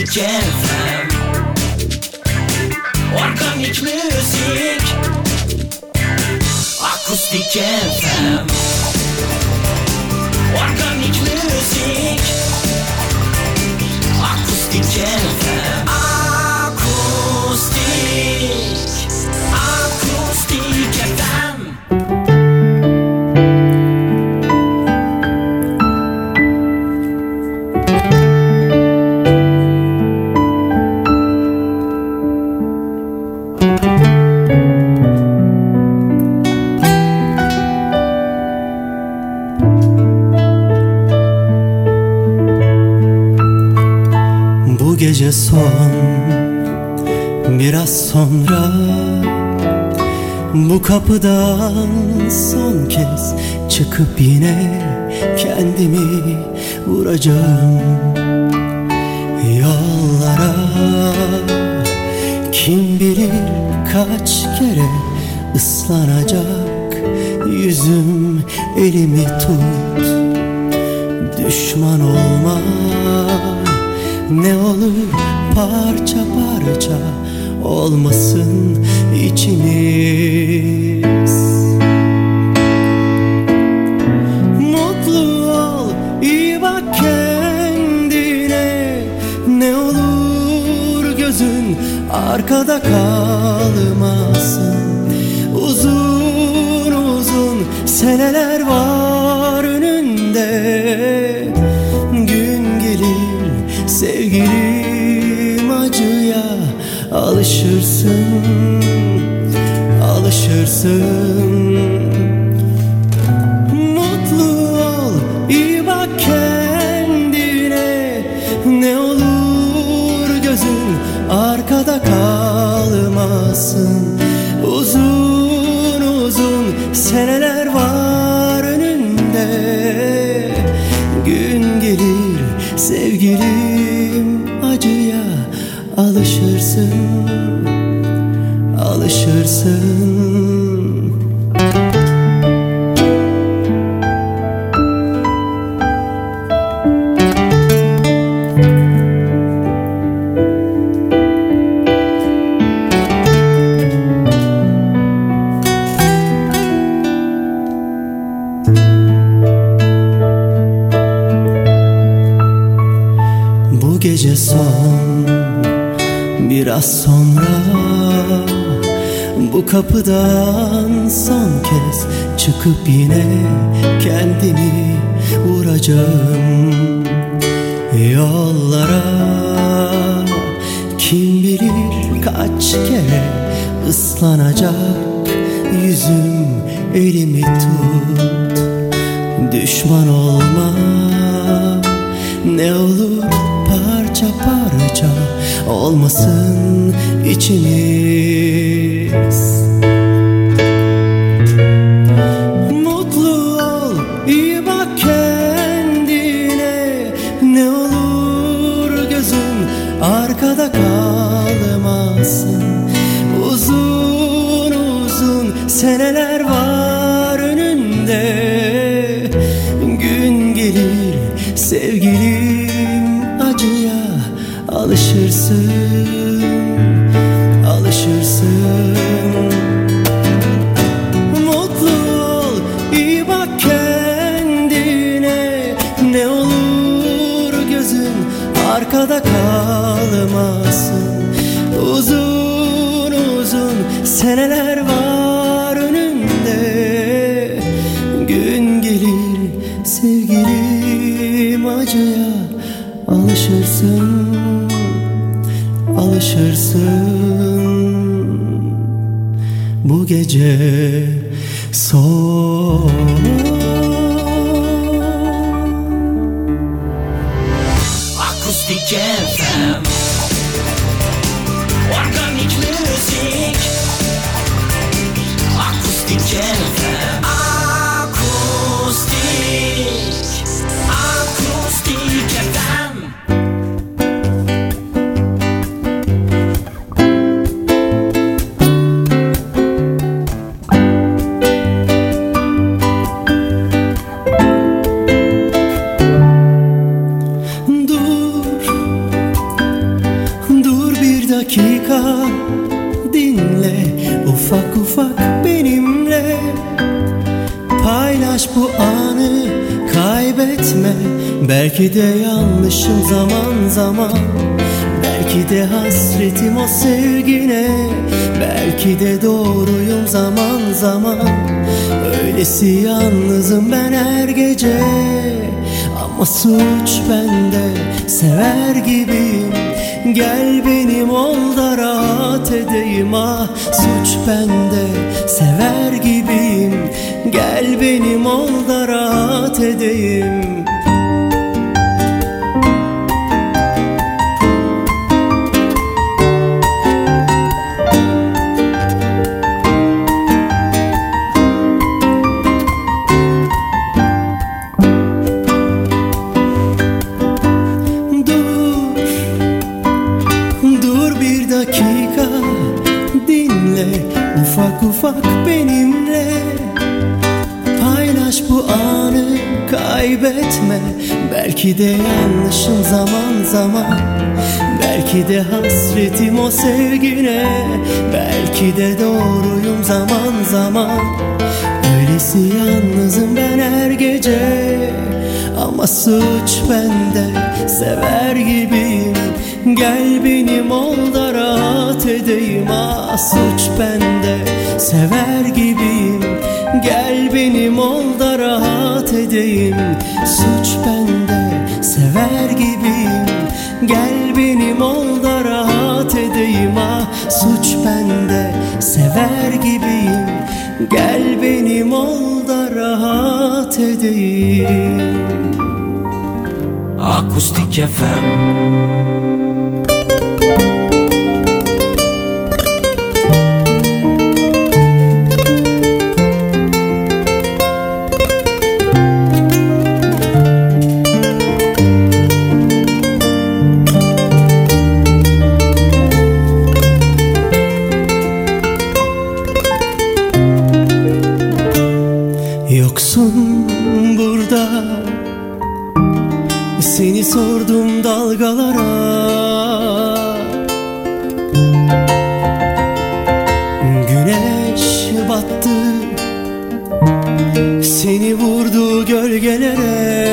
FM, organik müzik, akustik FM, organik müzik, akustik FM, akustik FM. Gece son, biraz sonra bu kapıdan son kez çıkıp yine kendimi vuracağım yollara. Kim bilir kaç kere ıslanacak yüzüm, elimi tut, düşman olma. Ne olur parça parça olmasın içimiz. Mutlu ol, iyi bak kendine. Ne olur gözün arkada kalmasın. Uzun uzun seneler var önünde. Gün gelir sevgilim, acıya alışırsın, alışırsın. Mutlu ol, iyi bak kendine. Ne olur gözün arkada kalmasın. Uzun uzun seneler var önünde. Gün gelir sevgilim, acıya alışırsın, alışırsın. Bu gece son, biraz sonra bu kapıdan son kez çıkıp yine kendimi vuracağım yollara. Kim bilir kaç kere ıslanacak yüzüm, elimi tut, düşman olma. Ne olur parça parça olmasın içimiz. Mutlu ol, iyi bak kendine. Ne olur gözün arkada kalmasın. Uzun uzun seneler var önünde. Gün gelir sevgilim, acıya alışırsın, alışırsın. Mutlu ol, iyi bak kendine. Ne olur gözün arkada kalmasın. Uzun uzun seneler var önünde. Gün gelir sevgilim, acıya alışırsın, alışırsın. Bu gece son. Akustik FM, organik müzik, akustik FM, akustik FM. ufak ufak benimle paylaş bu anı, kaybetme. Belki de yanlışım zaman zaman, belki de hasretim o sevgine, belki de doğruyum zaman zaman. Öylesi yalnızım ben her gece, ama suç bende, sever gibiyim. Gel benim ol da rahat edeyim. Ah, suç bende, sever gibiyim. Gel benim ol da rahat edeyim. Dakika dinle, ufak ufak benimle paylaş bu anı, kaybetme. Belki de yanlışım zaman zaman, belki de hasretim o sevgine, belki de doğruyum zaman zaman. Öylesi yalnızım ben her gece, ama suç bende, sever gibiyim. Gel benim ol da rahat edeyim. Ah, suç bende, sever gibiyim. Gel benim ol da rahat edeyim. Suç bende, sever gibiyim. Gel benim ol da rahat edeyim. Ah, suç bende, sever gibiyim. Gel benim ol da rahat edeyim. Akustik FM. Yoksun burada, seni sordum dalgalara. Güneş battı, seni vurdu gölgelere.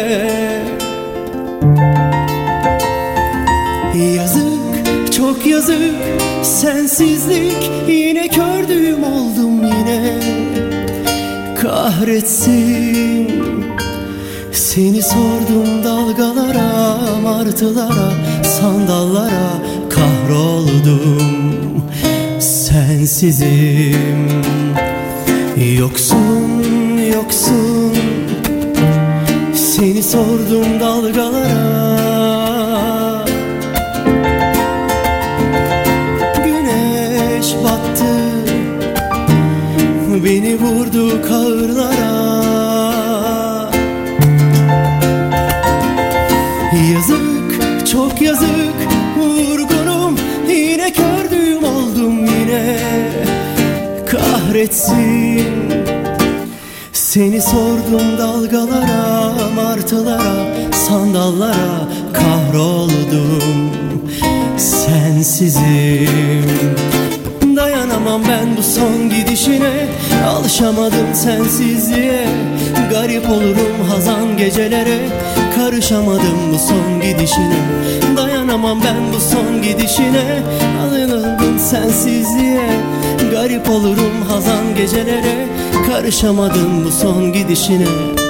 Yazık, çok yazık, sensizlik. Yine kördüğüm oldum yine. Kahretsin, seni sordum dalgalara, martılara, sandallara. Kahroldum, sensizim. Yoksun, yoksun, seni sordum dalgalara. Güneş battı, beni vurdu kahırlara. Yazık, çok yazık, vurgunum. Yine kördüğüm oldum yine. Kahretsin, seni sordum dalgalara, martılara, sandallara. Kahroldum, sensizim. Dayanamam ben bu son gidişine, alışamadım sensizliğe. Garip olurum hazan gecelere, karışamadım bu son gidişine. Dayanamam ben bu son gidişine, alışamadım sensizliğe. Garip olurum hazan gecelere, karışamadım bu son gidişine.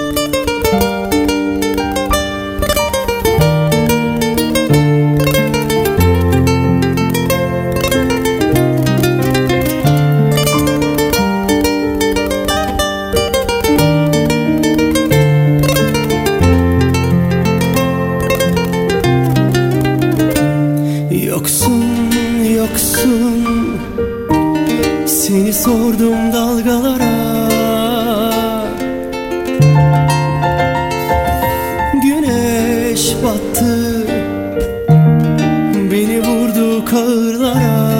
Yoksun, yoksun, seni sordum dalgalara. Güneş battı, beni vurdu kahırlara.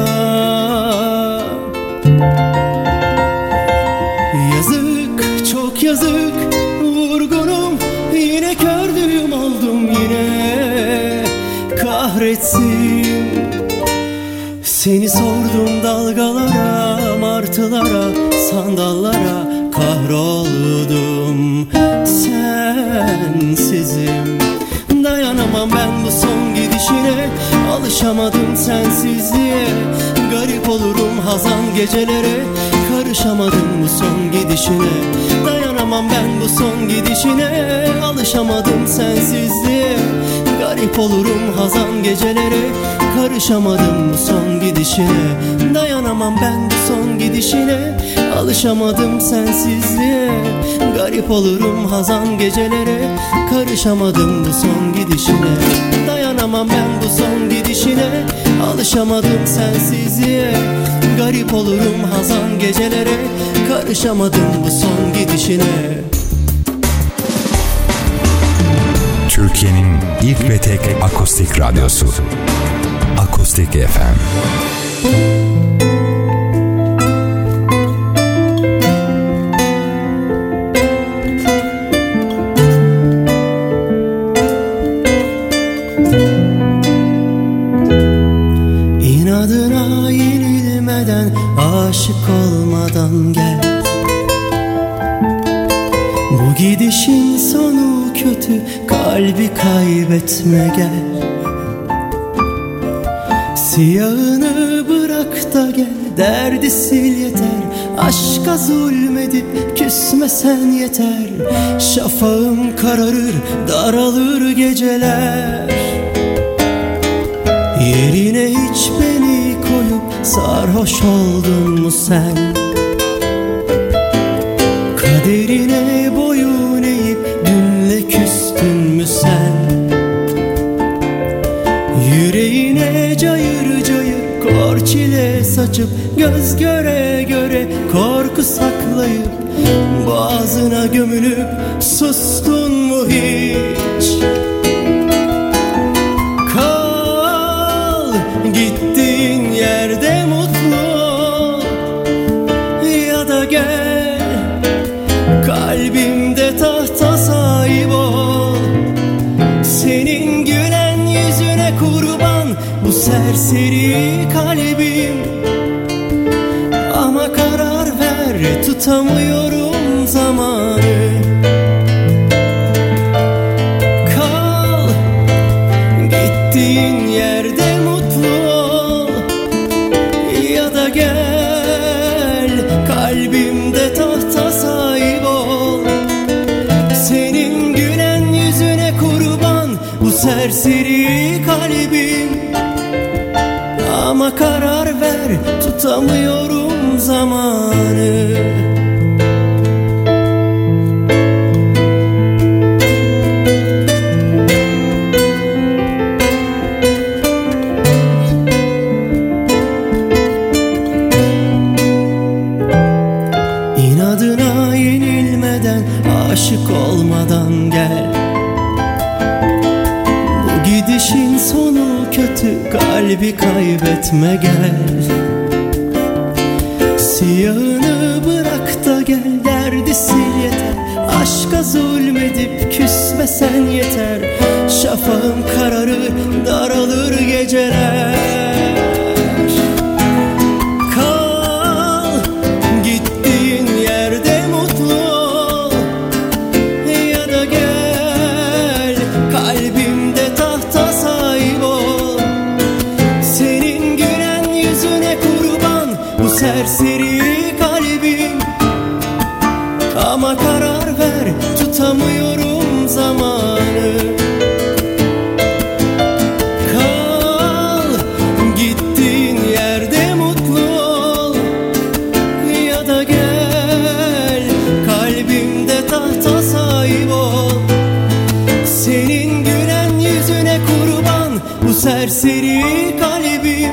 Yazık, çok yazık, vurgunum. Yine kördüğüm oldum yine. Kahretsin, seni sordum dalgalara, çalgılara, sandallara kahroldum. Sensizim, dayanamam ben bu son gidişine. Alışamadım sensizliğe, garip olurum hazan gecelere. Karışamadım bu son gidişine, dayanamam ben bu son gidişine. Alışamadım sensizliğe, garip olurum hazan gecelere. Karışamadım bu son gidişine, dayanamam ben bu son gidişine. Alışamadım sensizliğe, garip olurum hazan gecelere. Karışamadım bu son gidişine, dayanamam ben bu son gidişine. Alışamadım sensizliğe, garip olurum hazan gecelere. Karışamadım bu son gidişine. Türkiye'nin ilk ve tek akustik radyosu Akustik FM. İnadına yenilmeden, aşık olmadan gel. Bu gidişin sonu kötü, kalbi kaybetme gel. Siyahını bırak da gel, derdi sil yeter. Aşka zulmedip küsmesen yeter. Şafağım kararır, daralır geceler. Yerine hiç beni koyup sarhoş oldun mu sen? Kaderine boyun eğip dünle küstün mü sen? Yüreğine cayır cayır kor çile saçıp, göz göre göre korku saklayıp, boğazına gömülüp sustun mu hiç? Kal gittiğin yerde mutlu ol, ya da gel kalbimde tahta sahip ol. Senin gülen yüzüne kurban bu serseri kalbim. Ama karar ver, tutamıyorum zamanı. Kal gittiğin yerde mutlu ol, ya da gel kalbimde tahta sahip ol. Senin gülen yüzüne kurban bu serseri kalbim. Ama karar ver, tutamıyorum zamanı. İnadına yenilmeden, aşık olmadan gel. Bu gidişin sonu kötü, kalbi kaybetme gel. Siyahını bırak da gel, derdi sil yeter. Aşka zulmedip küsmesen yeter. Şafağım kararır, daralır geceler. Kal gittiğin yerde mutlu ol, ya da gel kalbimde tahta sahip ol. Senin gülen yüzüne kurban bu serseri kalbim. Ama karar ver, tutamıyorum zamanı. Kal gittiğin yerde mutlu ol, ya da gel kalbimde tahta sahip ol. Senin gülen yüzüne kurban bu serseri kalbim.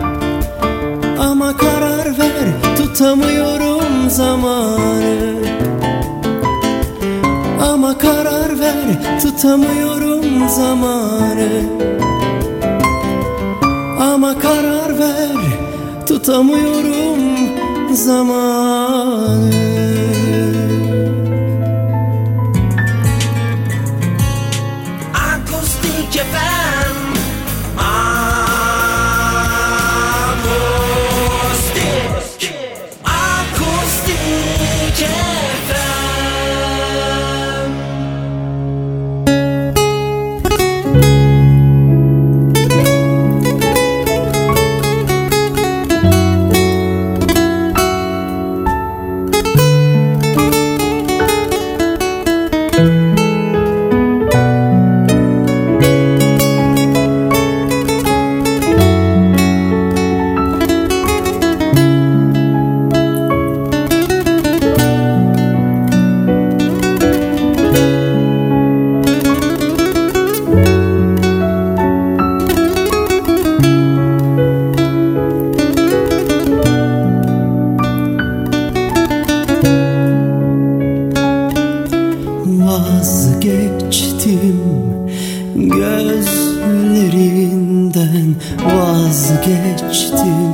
Ama karar ver, tutamıyorum zamanı. Ama karar ver, tutamıyorum zamanı. Ama karar ver, tutamıyorum zamanı. Akustik FM. Akustik. Vazgeçtim gözlerinden, vazgeçtim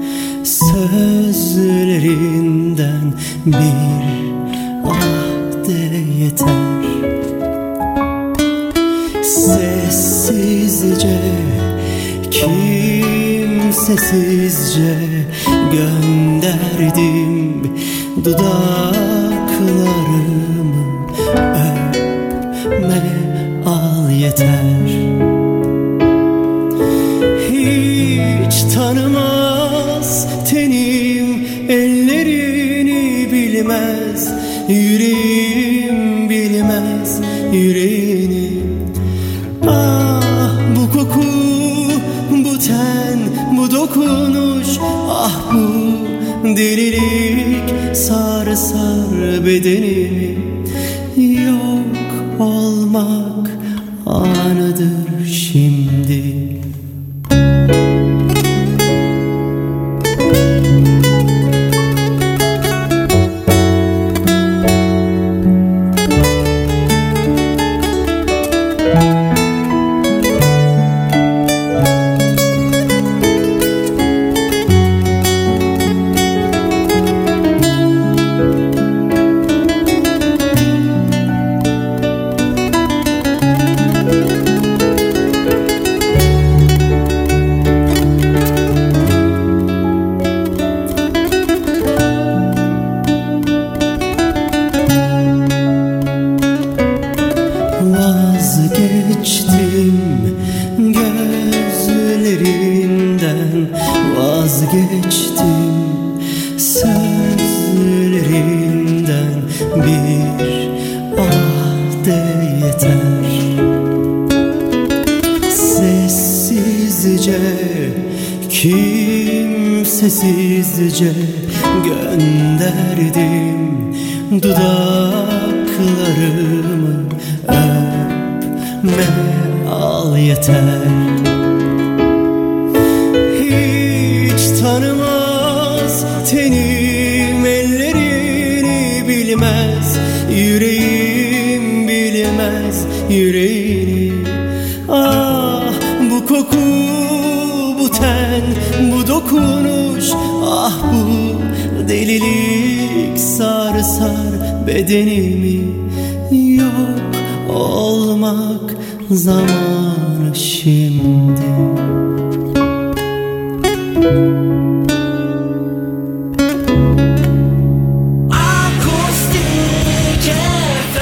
sözlerinden. Bir ah de yeter. Sessizce, kimsesizce gönderdim dudaklarımı. Öpme al yeter. Hiç tanımaz tenim ellerini, bilmez yüreğim, bilmez yüreğini. Ah bu koku, bu ten, bu dokunuş, ah bu delilik sar sar bedenimi. Yok olmak anıdır şimdi. Vazgeçtim gözlerinden, vazgeçtim sözlerinden. Bir ah de yeter. Sessizce, kimsesizce gönderdim dudaklarımı. Öpme al yeter. Hiç tanımaz tenim ellerini, bilmez yüreğim, bilmez yüreğini. Ah bu koku, bu ten, bu dokunuş, ah bu delilik sar sar bedenimi. Yok olmak zamanı şimdi. Akustik FM.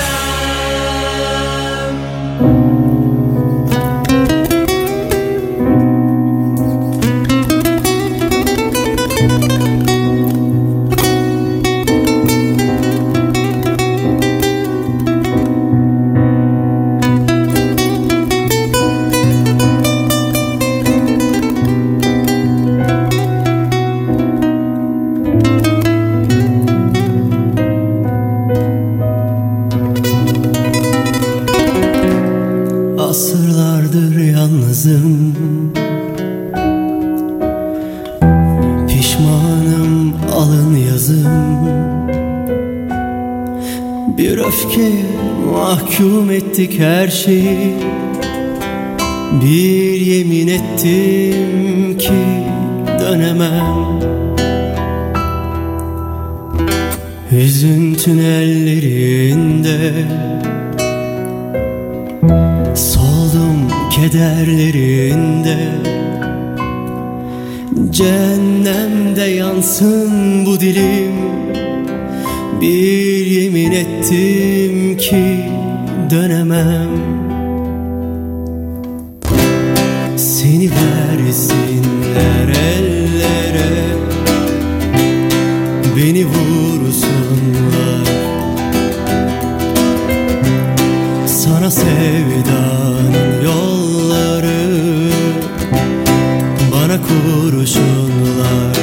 Asırlardır yalnızım, pişmanım alın yazım. Bir öfkeye mahkum ettik her şeyi. Bir yemin ettim ki dönemem. Hüzün tünellerinde soldum kederlerinde. Cehennemde yansın bu dilim. Bir yemin ettim ki dönemem. Seni versinler ellere, beni vursunlar. Sana sevdanın yolları, bana kurşunlar.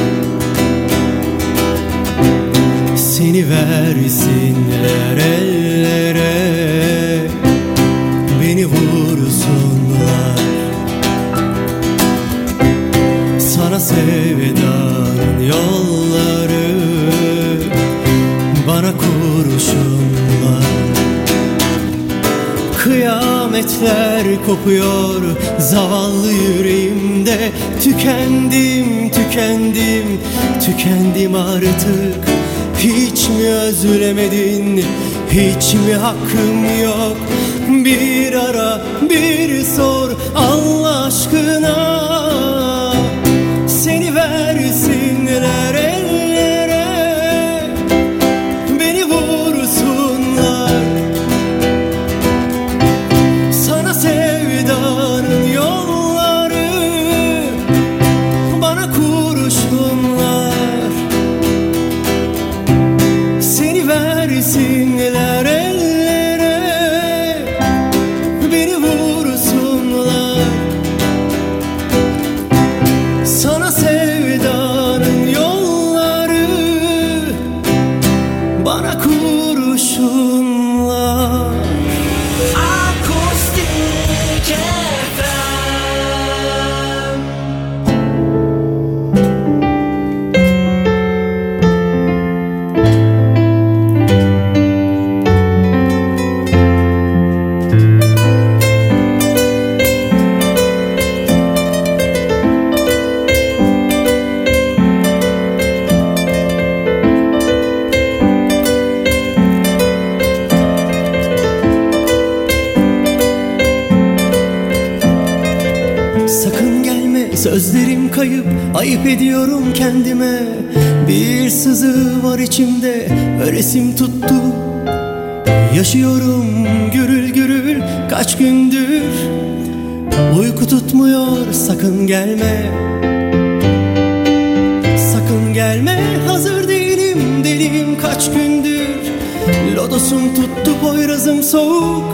Seni versinler ellere, beni vursunlar. Sana sevdanın yolları, bana kurşunla. Kıyametler kopuyor zavallı yüreğimde. Tükendim, tükendim, tükendim artık. Hiç mi özlemedin, hiç mi hakkım yok? Bir ara, bir sor Allah aşkına. Seni versinler ellere, beni vursunlar. Sana sevdanın yolları, bana kurşunlar. Seni versinler ellere, beni vursunlar. Sana sevdanın yolları, bana kurşunlar. Akustik FM. Sakın gelme, sözlerim kayıp, ayıp ediyorum kendime. Bir sızı var içimde, ölesim tuttu. Yaşıyorum gürül gürül kaç gündür. Uyku tutmuyor, sakın gelme. Sakın gelme, hazır değilim, deliyim kaç gündür. Lodosum tuttu, Poyrazım soğuk.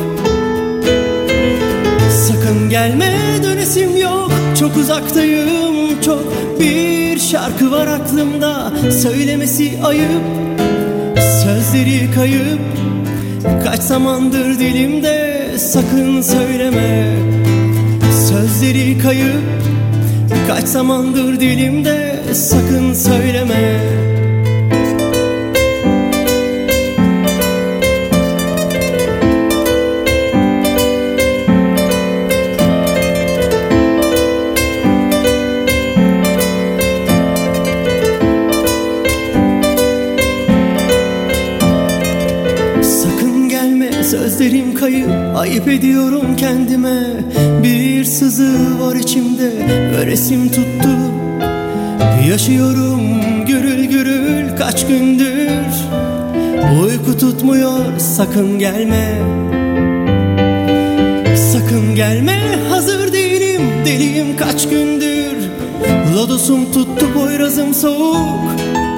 Sakın gelme, dönesim yok, çok uzaktayım çok. Bir şarkı var aklımda, söylemesi ayıp, sözleri kayıp. Kaç zamandır dilimde, sakın söyleme. Sözleri kayıp, kaç zamandır dilimde, sakın söyleme. Sözlerim kayıp, ayıp ediyorum kendime. Bir sızı var içimde, ölesim tuttu. Yaşıyorum gürül gürül kaç gündür. Uyku tutmuyor, sakın gelme. Sakın gelme, hazır değilim, deliyim kaç gündür. Lodosum tuttu, Poyrazım soğuk.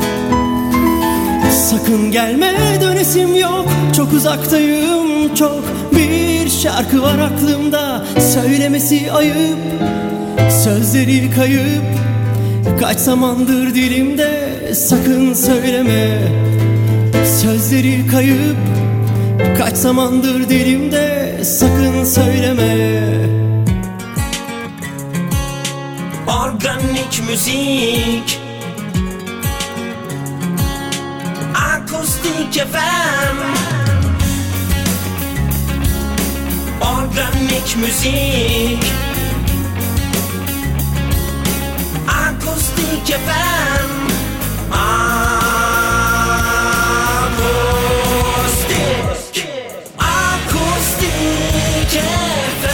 Sakın gelme, dönesim yok, çok uzaktayım çok. Bir şarkı var aklımda, söylemesi ayıp, sözleri kayıp. Kaç zamandır dilimde, sakın söyleme. Sözleri kayıp, kaç zamandır dilimde, sakın söyleme. Organik müzik. Akustik FM. Organik müzik. Akustik FM. Akustik. Akustik FM.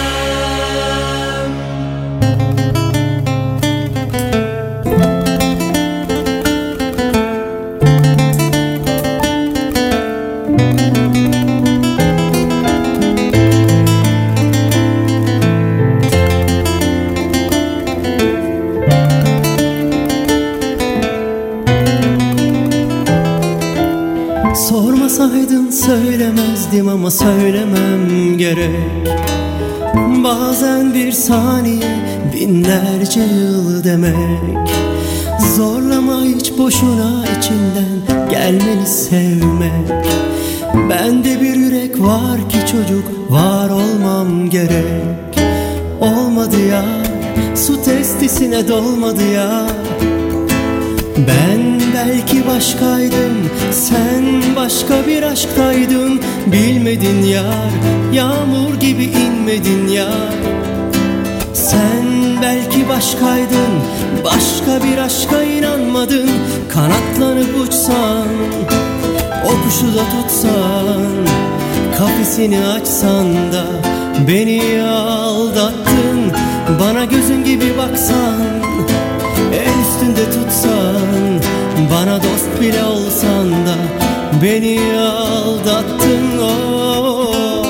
Sormasaydın söylemezdim ama söylemem gerek. Bazen bir saniye binlerce yıl demek. Zorlama hiç boşuna, içinden gelmeni sevmek. Bende bir yürek var ki çocuk, var olmam gerek. Olmadı ya, su testisine dolmadı ya. Ben belki başkaydım, sen başkaydın. başka bir aşktaydın, bilmedin yar, yağmur gibi inmedin yar. Sen belki başkaydın, başka bir aşka inanmadın. Kanatlanıp uçsan, o kuşu da tutsan, kafesini açsan da beni aldattın. Bana gözün gibi baksan, el üstünde tutsan, bana dost bile olsan da beni aldattın. Oh.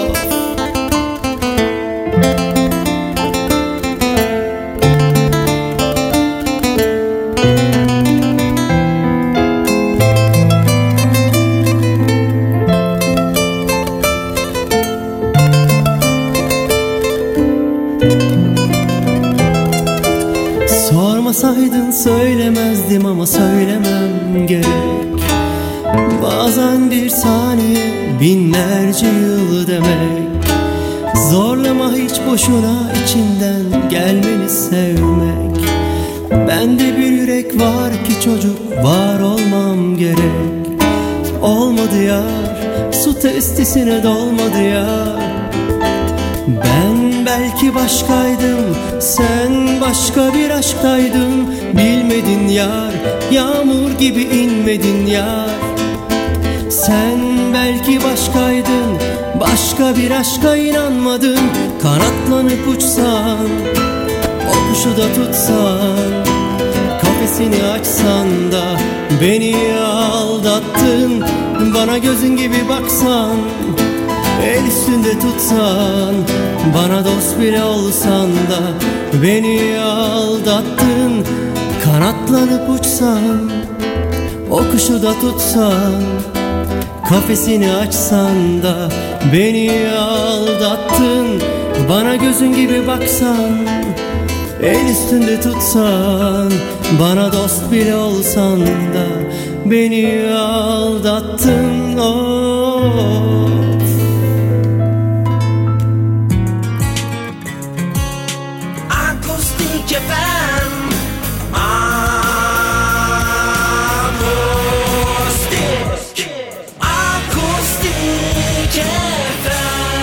Sormasaydın söylemezdim ama söylemem gerek. Bazen bir saniye binlerce yıl demek. Zorlama hiç boşuna, içinden gelmeni sevmek. Bende bir yürek var ki çocuk, var olmam gerek. Olmadı yar, su testisine dolmadı yar. Ben belki başkaydım, sen başka bir aşktaydın. Bilmedin yar, yağmur gibi inmedin yar. Sen belki başkaydın, başka bir aşka inanmadın. Kanatlanıp uçsan, o kuşu da tutsan, kafesini açsan da beni aldattın. Bana gözün gibi baksan, el üstünde tutsan, bana dost bile olsan da beni aldattın. Kanatlanıp uçsan, o kuşu da tutsan, kafesini açsan da beni aldattın. Bana gözün gibi baksan, el üstünde tutsan, bana dost bile olsan da beni aldattın. Oh. Akustik FM. Akustik FM.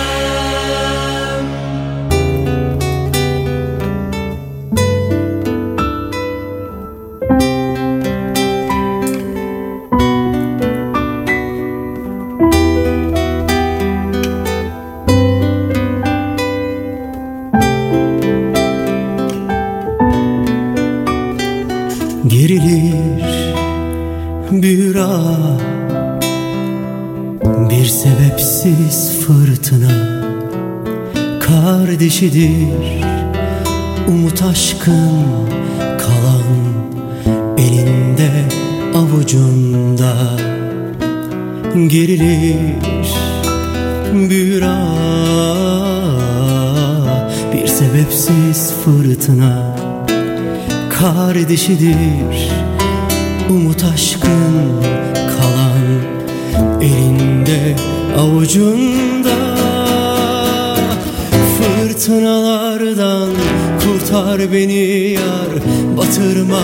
Gerilir bir ağ, bir sebepsiz fırtına. Kardeşidir umut aşkın, kalan elinde avucunda. Gerilir bir ağ, bir sebepsiz fırtına. Kardeşidir umut aşkın, kalan elinde avucunda. Fırtınalardan kurtar beni yar, batırma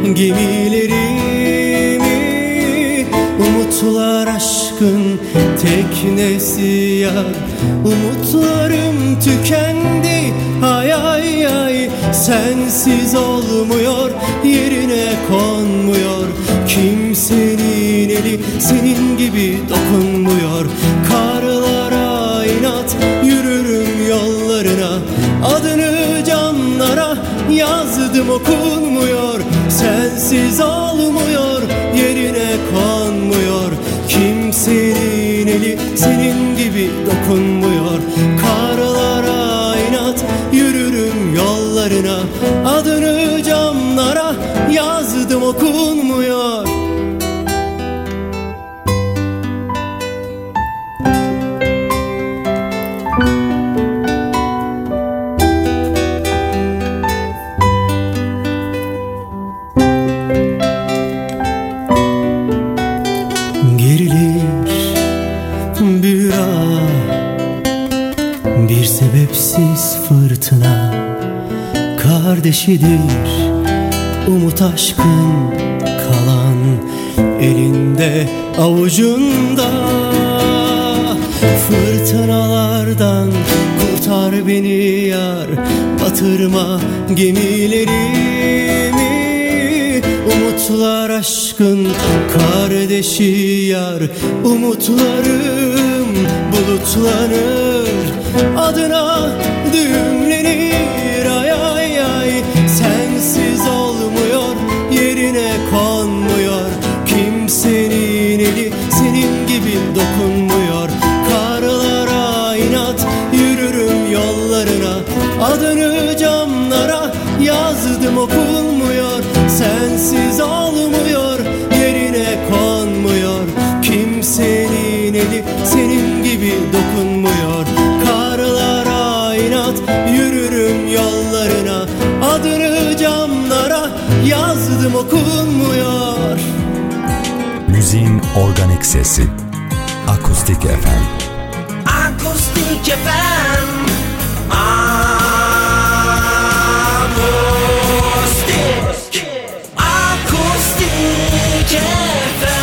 gemilerimi. Umutlar aşkın teknesi yar, umutlarım tükendi. Ay ay ay, sensiz olmuyor, yerine konmuyor. Kimsenin eli senin gibi dokunmuyor. Karlara inat yürürüm yollarına, adını camlara yazdım okunmuyor. Sensiz olmuyor, yerine konmuyor. Kimsenin eli senin gibi dokunmuyor. Karlara inat yürürüm yollarına, adını camlara yazdım okunmuyor. Bir ağ, bir sebepsiz fırtına. Kardeşidir umut aşkın, kalan elinde avucunda. Fırtınalardan kurtar beni yar, batırma gemilerimi. Umutlar aşkın kardeşi yar, umutlarım bulutlanır, adına düğümlenir. Ay ay ay, sensiz olmuyor, yerine konmuyor, kimsenin eli senin gibi dokunmuyor. Karlara inat yürürüm yollarına, adını camlara yazdım okunmuyor. Sensiz olmuyor, yerine konmuyor, kimsenin eli senin gibi dokunmuyor. Karlara inat yürürüm yollarına, adını camlara yazdım okunmuyor. Müziğin organik sesi Akustik FM. Akustik FM. Akustik FM.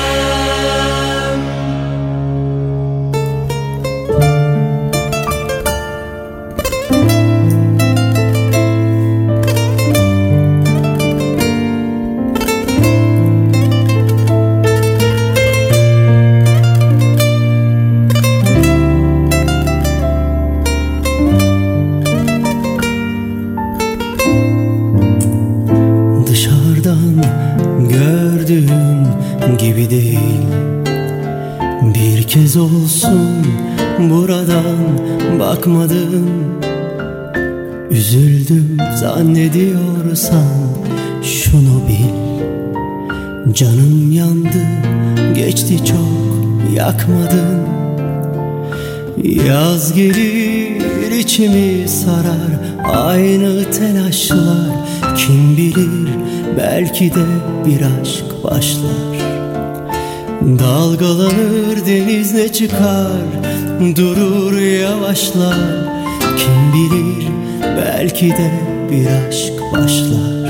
Gibi değil, bir kez olsun buradan bakmadım. Üzüldüm zannediyorsan şunu bil, canım yandı geçti çok yakmadın. Yaz gelir içimi sarar aynı telaşlar, kim bilir belki de bir aşk başlar. Dalgalanır deniz ne çıkar, durur yavaşlar, kim bilir belki de bir aşk başlar.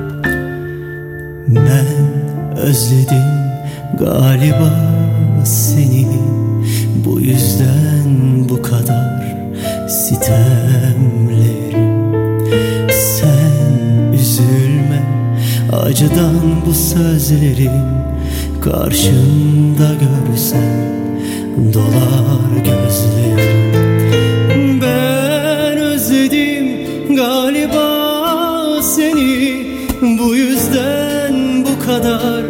Ben özledim galiba seni, bu yüzden bu kadar sitemlerim. Sen üzülme, acıdan bu sözlerim karşımda görsen dolar gözlerim. Ben özledim galiba seni, bu yüzden bu kadar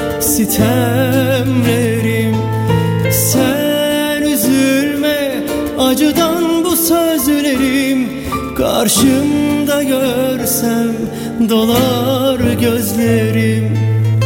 sitemlerim. Sen üzülme, acıdan bu sözlerim karşımda görsem dolar gözlerim.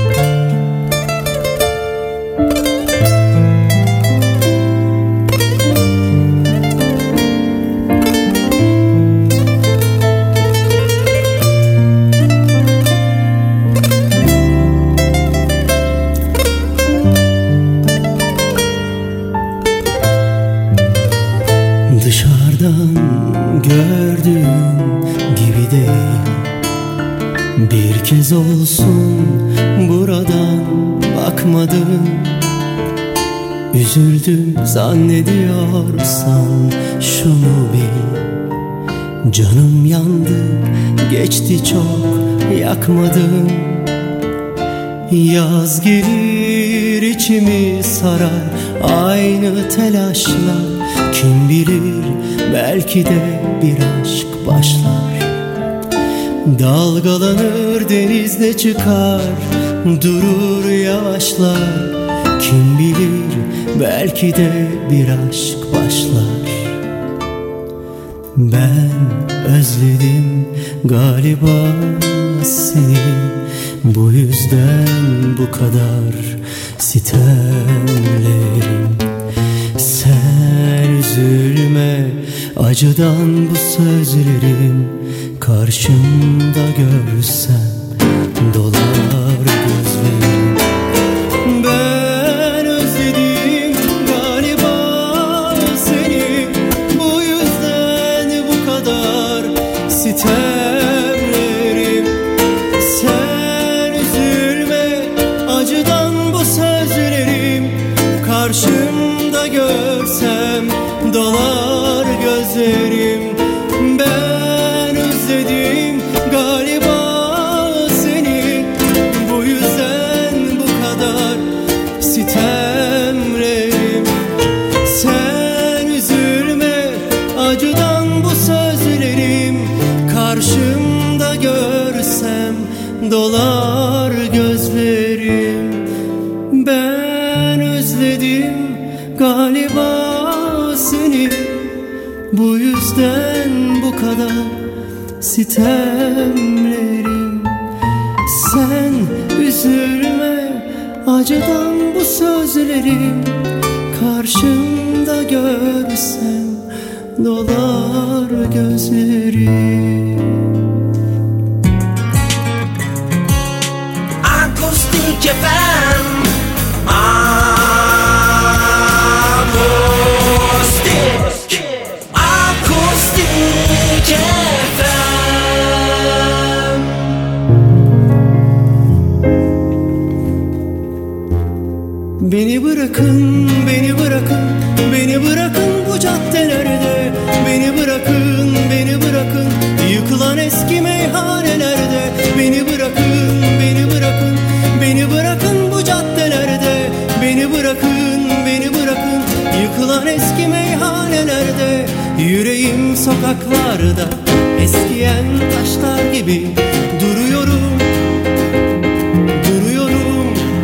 Dışarıdan gördüğün gibi değil, bir kez olsun buradan bakmadın. Üzüldüm zannediyorsan şunu bil, canım yandı geçti çok yakmadın. Yaz gelir içimi sarar aynı telaşla, kim bilir belki de bir aşk başlar. Dalgalanır deniz ne çıkar, durur yavaşlar, kim bilir belki de bir aşk başlar. Ben özledim galiba seni, bu yüzden bu kadar sitemlerim. Sen üzülme, acıdan bu sözlerim karşımda görsem dolar gözlerim. Ben özledim galiba seni, bu yüzden bu kadar sitemlerim. Sen üzülme, acıdan Karşımda görsem dolar gözlerim. Ben özledim galiba seni, bu yüzden bu kadar sitemlerim. Sen üzülme acıdan bu sözlerim. Karşımda görsem dolar gözlerim. Ben özledim galiba seni, bu yüzden bu kadar sitemlerim. Sen üzülme acıdan bu sözlerim. Karşımda görsem dolar gözlerim. Akustik FM. Akustik FM. Beni bırakın, beni bırakın, beni bırakın bu caddelerde. Beni bırakın, beni bırakın yıkılan eski meyhanelerde. Beni bırakın, beni bırakın, beni bırakın bu caddelerde. Beni bırakın, beni bırakın yıkılan eski meyhanelerde. Yüreğim sokaklarda eskiyen taşlar gibi duruyorum, duruyorum.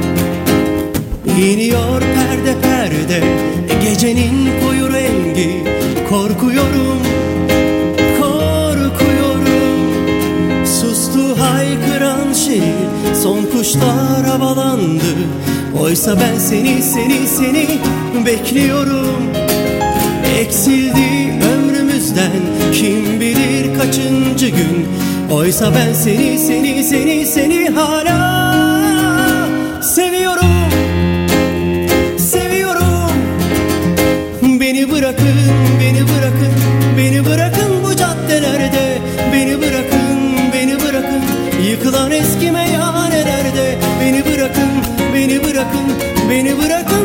İniyor perde perde gecenin koyu rengi. Korkuyorum, korkuyorum. Sustu haykıran şehir, son kuşlar havalandı. Oysa ben seni, seni, seni bekliyorum. Eksildi ömrümüzden kim bilir kaçıncı gün. Oysa ben seni, seni, seni, seni hala seviyorum, seviyorum. Beni bırakın, beni bırakın, beni bırakın bu caddelerde. Beni bırakın, beni bırakın yıkılan eski meyhanelerde. Beni bırakın, beni bırakın, beni bırakın